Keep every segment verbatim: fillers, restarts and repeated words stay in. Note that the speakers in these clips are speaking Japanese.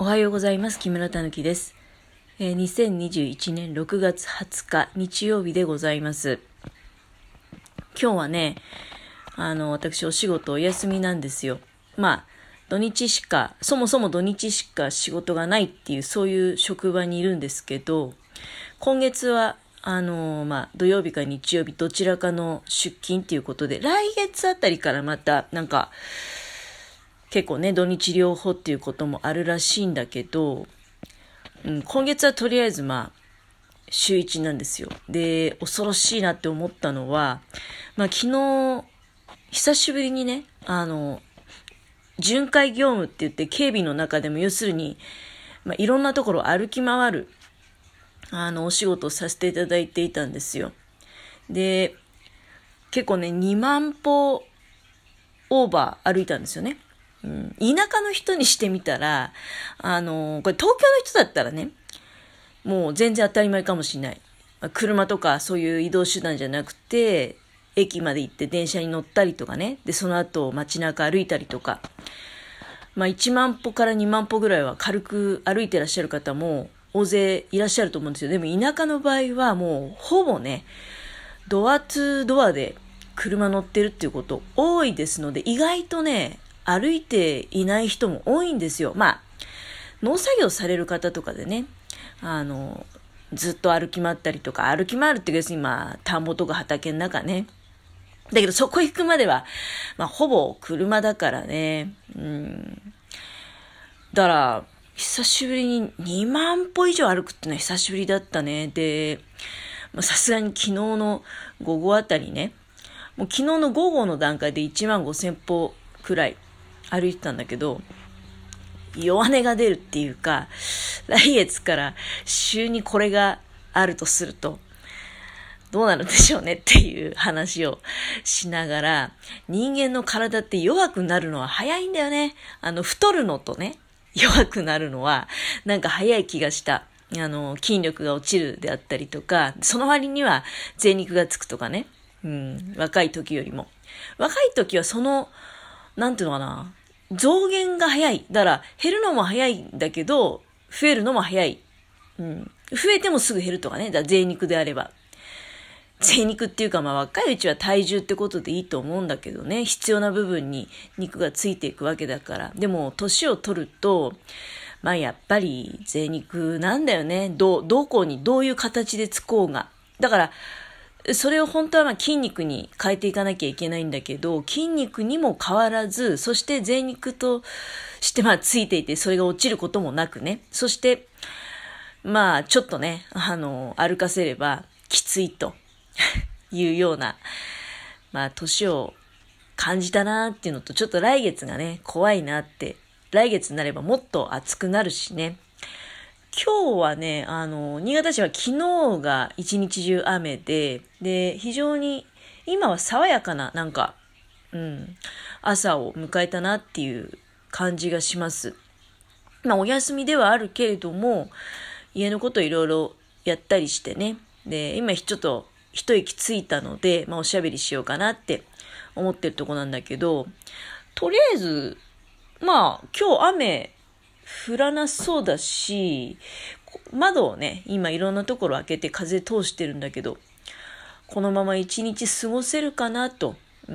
はようございます。木村たぬきです。えー、にせんにじゅういちねんろくがつはつか日曜日でございます。今日はね、あの、私お仕事お休みなんですよ。まあ、土日しか、そもそも土日しか仕事がないっていう、そういう職場にいるんですけど、今月は、あの、まあ、土曜日か日曜日どちらかの出勤っていうことで、来月あたりからまた、なんか、結構ね、土日両方っていうこともあるらしいんだけど、うん、今月はとりあえずまあ、週一なんですよ。で、恐ろしいなって思ったのは、まあ昨日、久しぶりにね、あの、巡回業務って言って警備の中でも要するに、まあいろんなところを歩き回る、あの、お仕事をさせていただいていたんですよ。で、結構ね、にまん歩オーバー歩いたんですよね。うん、田舎の人にしてみたら、あの、これ東京の人だったらね、もう全然当たり前かもしれない。車とかそういう移動手段じゃなくて、駅まで行って電車に乗ったりとかね、で、その後街中歩いたりとか、まあいちまん歩からにまん歩ぐらいは軽く歩いてらっしゃる方も大勢いらっしゃると思うんですよ。でも田舎の場合はもうほぼね、ドアツードアで車乗ってるっていうこと多いですので、意外とね、歩いていない人も多いんですよ。まあ、農作業される方とかでね、あの、ずっと歩き回ったりとか、歩き回るって別にまあ、田んぼとか畑の中ね。だけどそこ行くまでは、まあ、ほぼ車だからね。うん。だから、久しぶりににまん歩以上歩くってのは久しぶりだったね。で、さすがに昨日の午後あたりね、もう昨日の午後の段階でいちまんごせん歩くらい歩いてたんだけど、弱音が出るっていうか、来月から週にこれがあるとすると、どうなるんでしょうねっていう話をしながら、人間の体って弱くなるのは早いんだよね。あの、太るのとね、弱くなるのは、なんか早い気がした。あの、筋力が落ちるであったりとか、その割には贅肉がつくとかね。うん、若い時よりも。若い時はその、なんていうのかな、増減が早い。だから、減るのも早いんだけど、増えるのも早い。うん。増えてもすぐ減るとかね。だから贅肉であれば。贅肉っていうか、まあ若いうちは体重ってことでいいと思うんだけどね。必要な部分に肉がついていくわけだから。でも、年を取ると、まあやっぱり贅肉なんだよね。ど、どこにどういう形でつこうが。だから、それを本当はまあ筋肉に変えていかなきゃいけないんだけど、筋肉にも変わらず、そして贅肉としてまあついていて、それが落ちることもなくね。そして、まあちょっとね、あの、歩かせればきついというような、まあ年を感じたなっていうのと、ちょっと来月がね、怖いなって、来月になればもっと暑くなるしね。今日はね、あの、新潟市は昨日が一日中雨で、で、非常に今は爽やかな、なんか、うん、朝を迎えたなっていう感じがします。まあ、お休みではあるけれども、家のこといろいろやったりしてね。で、今ちょっと一息ついたので、まあ、おしゃべりしようかなって思ってるとこなんだけど、とりあえず、まあ、今日雨、降らなそうだし、窓をね、今いろんなところ開けて風通してるんだけど、このまま一日過ごせるかなと。うん。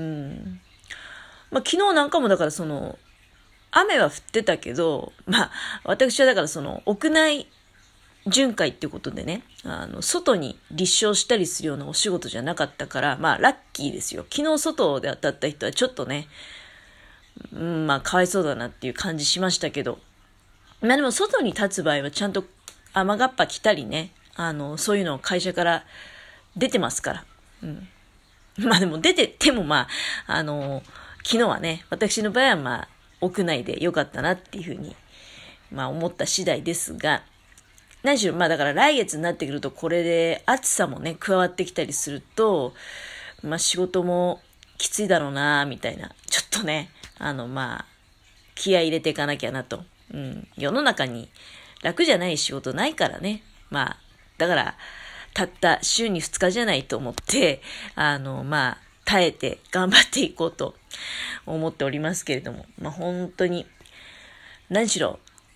まあ昨日なんかもだからその、雨は降ってたけど、まあ私はだからその屋内巡回っていうことでね、あの、外に立証したりするようなお仕事じゃなかったから、まあラッキーですよ。昨日外で当たった人はちょっとね、うん、まあかわいそうだなっていう感じしましたけど、まあでも外に立つ場合はちゃんと雨がっぱ着たりね、あの、そういうのを会社から出てますから。うん。まあでも出ててもまあ、あの、昨日はね、私の場合はまあ、屋内で良かったなっていうふうに、まあ思った次第ですが、何しろまあだから来月になってくるとこれで暑さもね、加わってきたりすると、まあ仕事もきついだろうな、みたいな。ちょっとね、あのまあ、気合い入れていかなきゃなと。うん、世の中に楽じゃない仕事ないからね。まあ、だから、たった週にふつかじゃないと思って、あの、まあ、耐えて頑張っていこうと思っておりますけれども、まあ本当に、何しろ、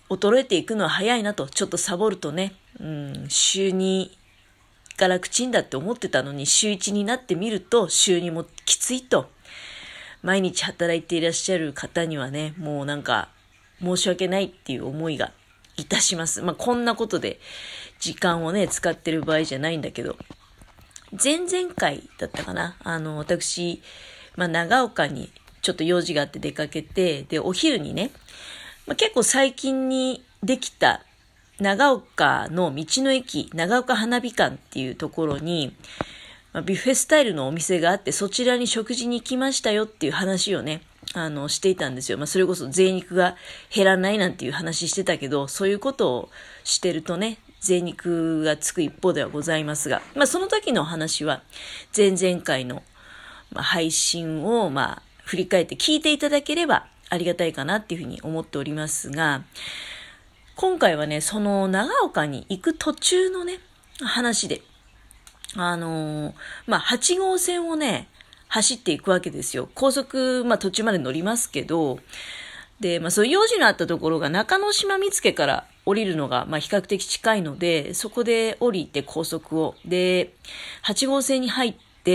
衰えていくのは早いなと、ちょっとサボるとね、うん、週にが楽ちんだって思ってたのに、週いちになってみると、週にもきついと。毎日働いていらっしゃる方にはね、もうなんか、申し訳ないっていう思いがいたします。まあ、こんなことで時間をね、使ってる場合じゃないんだけど、前々回だったかな。あの、私、まあ、長岡にちょっと用事があって出かけて、で、お昼にね、まあ、結構最近にできた長岡の道の駅、長岡花火館っていうところに、まあ、ビュッフェスタイルのお店があって、そちらに食事に行きましたよっていう話をね、あの、していたんですよ。まあ、それこそ贅肉が減らないなんていう話してたけど、そういうことをしてるとね、贅肉がつく一方ではございますが、まあ、その時の話は、前々回の配信を、まあ、振り返って聞いていただければありがたいかなっていうふうに思っておりますが、今回はね、その長岡に行く途中のね、話で、あのー、まあ、はちごうせんをね、走っていくわけですよ。高速、まあ、途中まで乗りますけど、で、まあ、そういう用事のあったところが中之島見附から降りるのが、まあ、比較的近いので、そこで降りて高速を、で、はちごうせんに入って、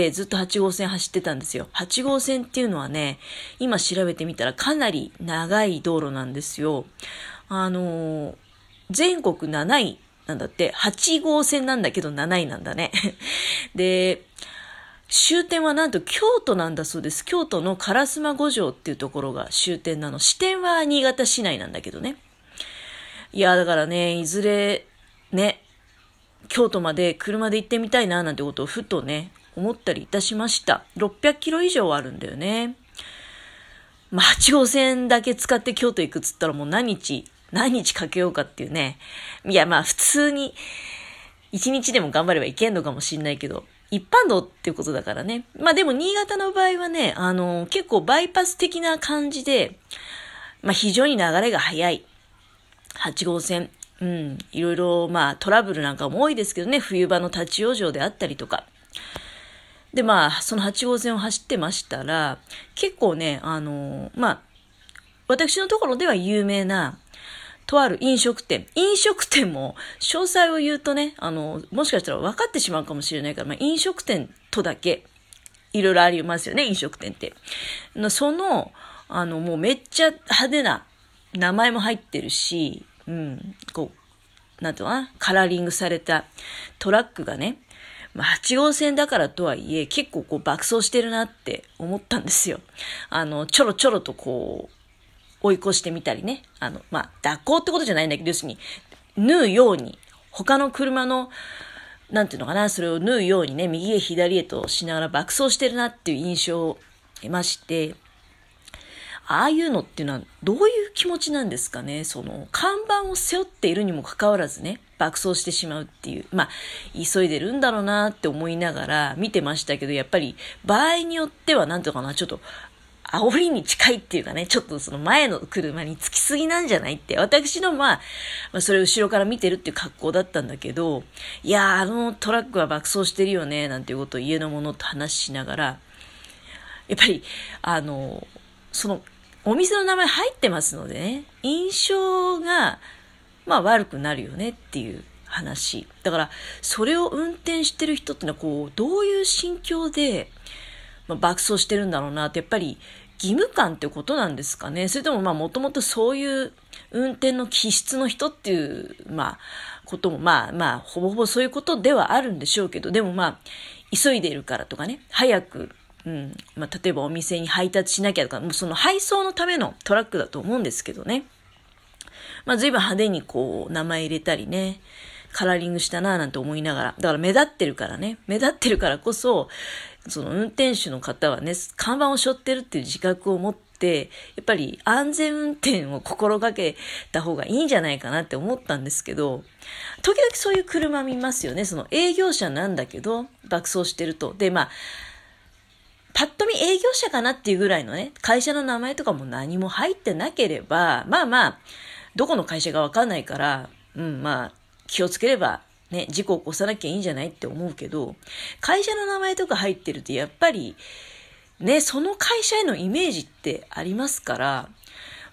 ずっとはちごうせん走ってたんですよ。はちごうせんっていうのはね、今調べてみたらかなり長い道路なんですよ。あのー、全国なないなんだって、はちごうせんなんだけどなないなんだね。で、終点はなんと京都なんだそうです。京都の烏丸五条っていうところが終点なの。支店は新潟市内なんだけどね。いや、だからね、いずれ、ね、京都まで車で行ってみたいななんてことをふとね、思ったりいたしました。ろっぴゃくキロ以上あるんだよね。まあ、はちごうせんだけ使って京都行くっつったらもう何日、何日かけようかっていうね。いや、まあ普通に一日でも頑張ればいけんのかもしんないけど、一般道っていうことだからね。まあでも新潟の場合はね、あの、結構バイパス的な感じで、まあ非常に流れが速いはちごうせん。うん、いろいろまあトラブルなんかも多いですけどね、冬場の立ち往生であったりとか。でまあ、そのはちごうせんを走ってましたら、結構ね、あの、まあ、私のところでは有名な、とある飲食店。飲食店も、詳細を言うとね、あの、もしかしたら分かってしまうかもしれないから、まあ、飲食店とだけ、いろいろありますよね、飲食店って。その、あの、もうめっちゃ派手な名前も入ってるし、うん、こう、なんていうのかな、カラーリングされたトラックがね、まあ、はちごうせんだからとはいえ、結構こう爆走してるなって思ったんですよ。あの、ちょろちょろとこう、追い越してみたりね。あの、まあ、蛇行ってことじゃないんだけど、要するに、縫うように、他の車の、なんていうのかな、それを縫うようにね、右へ左へとしながら爆走してるなっていう印象を得まして、ああいうのっていうのはどういう気持ちなんですかね。その、看板を背負っているにもかかわらずね、爆走してしまうっていう。まあ、急いでるんだろうなって思いながら見てましたけど、やっぱり場合によってはなんていうのかな、ちょっと、煽りに近いっていうかね、ちょっとその前の車につきすぎなんじゃないって、私のまあ、まあ、それを後ろから見てるっていう格好だったんだけど、いやー、あのトラックは爆走してるよね、なんていうことを家の者と話しながら、やっぱり、あの、その、お店の名前入ってますのでね、印象が、まあ悪くなるよねっていう話。だから、それを運転してる人ってのは、こう、どういう心境で、まあ、爆走してるんだろうなって、やっぱり義務感ってことなんですかね。それともまあもともとそういう運転の気質の人っていう、まあ、こともまあまあ、ほぼほぼそういうことではあるんでしょうけど、でもまあ、急いでいるからとかね、早く、うん、まあ例えばお店に配達しなきゃとか、もうその配送のためのトラックだと思うんですけどね。まあ随分派手にこう、名前入れたりね、カラーリングしたなぁなんて思いながら、だから目立ってるからね、目立ってるからこそ、その運転手の方はね、看板を背負ってるっていう自覚を持って、やっぱり安全運転を心がけた方がいいんじゃないかなって思ったんですけど、時々そういう車見ますよね。その営業車なんだけど、爆走してると。で、まあ、パッと見営業車かなっていうぐらいのね、会社の名前とかも何も入ってなければ、まあまあ、どこの会社かわかんないから、うん、まあ、気をつければ、ね、事故を起こさなきゃいいんじゃないって思うけど、会社の名前とか入ってるとやっぱり、ね、その会社へのイメージってありますから、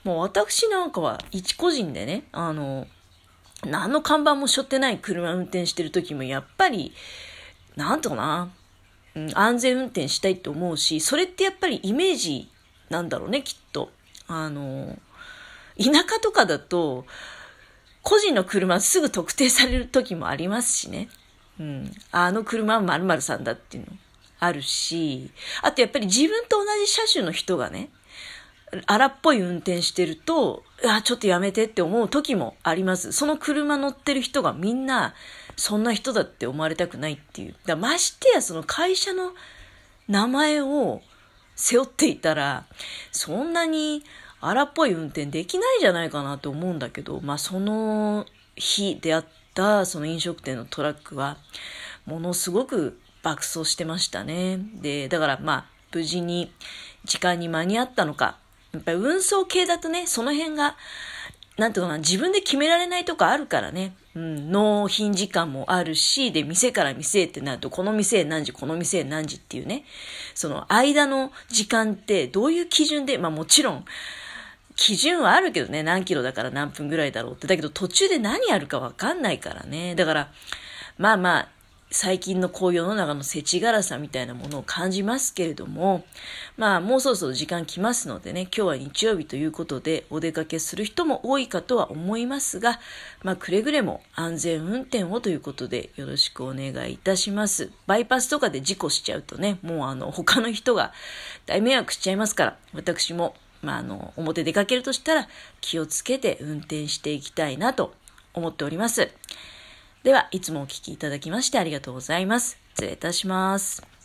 もう私なんかは一個人でね、あの、何の看板も背負ってない車運転してる時もやっぱり、なんとかな、うん、安全運転したいと思うし、それってやっぱりイメージなんだろうね、きっと。あの、田舎とかだと、個人の車すぐ特定される時もありますしね。うん。あの車は〇〇さんだっていうのあるし、あとやっぱり自分と同じ車種の人がね、荒っぽい運転してると、あ、ちょっとやめてって思う時もあります。その車乗ってる人がみんな、そんな人だって思われたくないっていう。だましてやその会社の名前を背負っていたら、そんなに荒っぽい運転できないじゃないかなと思うんだけど、まあその日出会ったその飲食店のトラックは、ものすごく爆走してましたね。で、だからまあ無事に時間に間に合ったのか、やっぱり運送系だとね、その辺が、なんていうかな、自分で決められないとこあるからね。うん、納品時間もあるし、で、店から店へってなると、この店へ何時、この店へ何時っていうね、その間の時間ってどういう基準で、まあもちろん、基準はあるけどね、何キロだから何分ぐらいだろうって。だけど途中で何やるかわかんないからね。だから、まあまあ、最近のこう世の中の世知辛さみたいなものを感じますけれども、まあもうそろそろ時間来ますのでね、今日は日曜日ということでお出かけする人も多いかとは思いますが、まあくれぐれも安全運転をということでよろしくお願いいたします。バイパスとかで事故しちゃうとね、もうあの他の人が大迷惑しちゃいますから、私もまああの表出かけるとしたら気をつけて運転していきたいなと思っております。では、いつもお聞きいただきましてありがとうございます。失礼いたします。